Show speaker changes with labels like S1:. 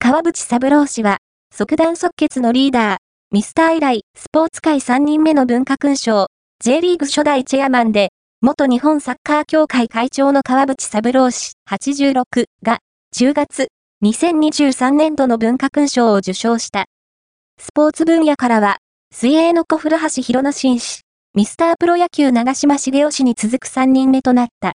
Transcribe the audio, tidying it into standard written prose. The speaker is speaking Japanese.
S1: 川淵三郎氏は、即断即決のリーダー、ミスター以来、スポーツ界3人目の文化勲章、J リーグ初代チェアマンで、元日本サッカー協会会長の川淵三郎氏86が、10月、2023年度の文化勲章を受章した。スポーツ分野からは、水泳の古古橋弘之進氏、ミスタープロ野球長嶋茂雄氏に続く3人目となった。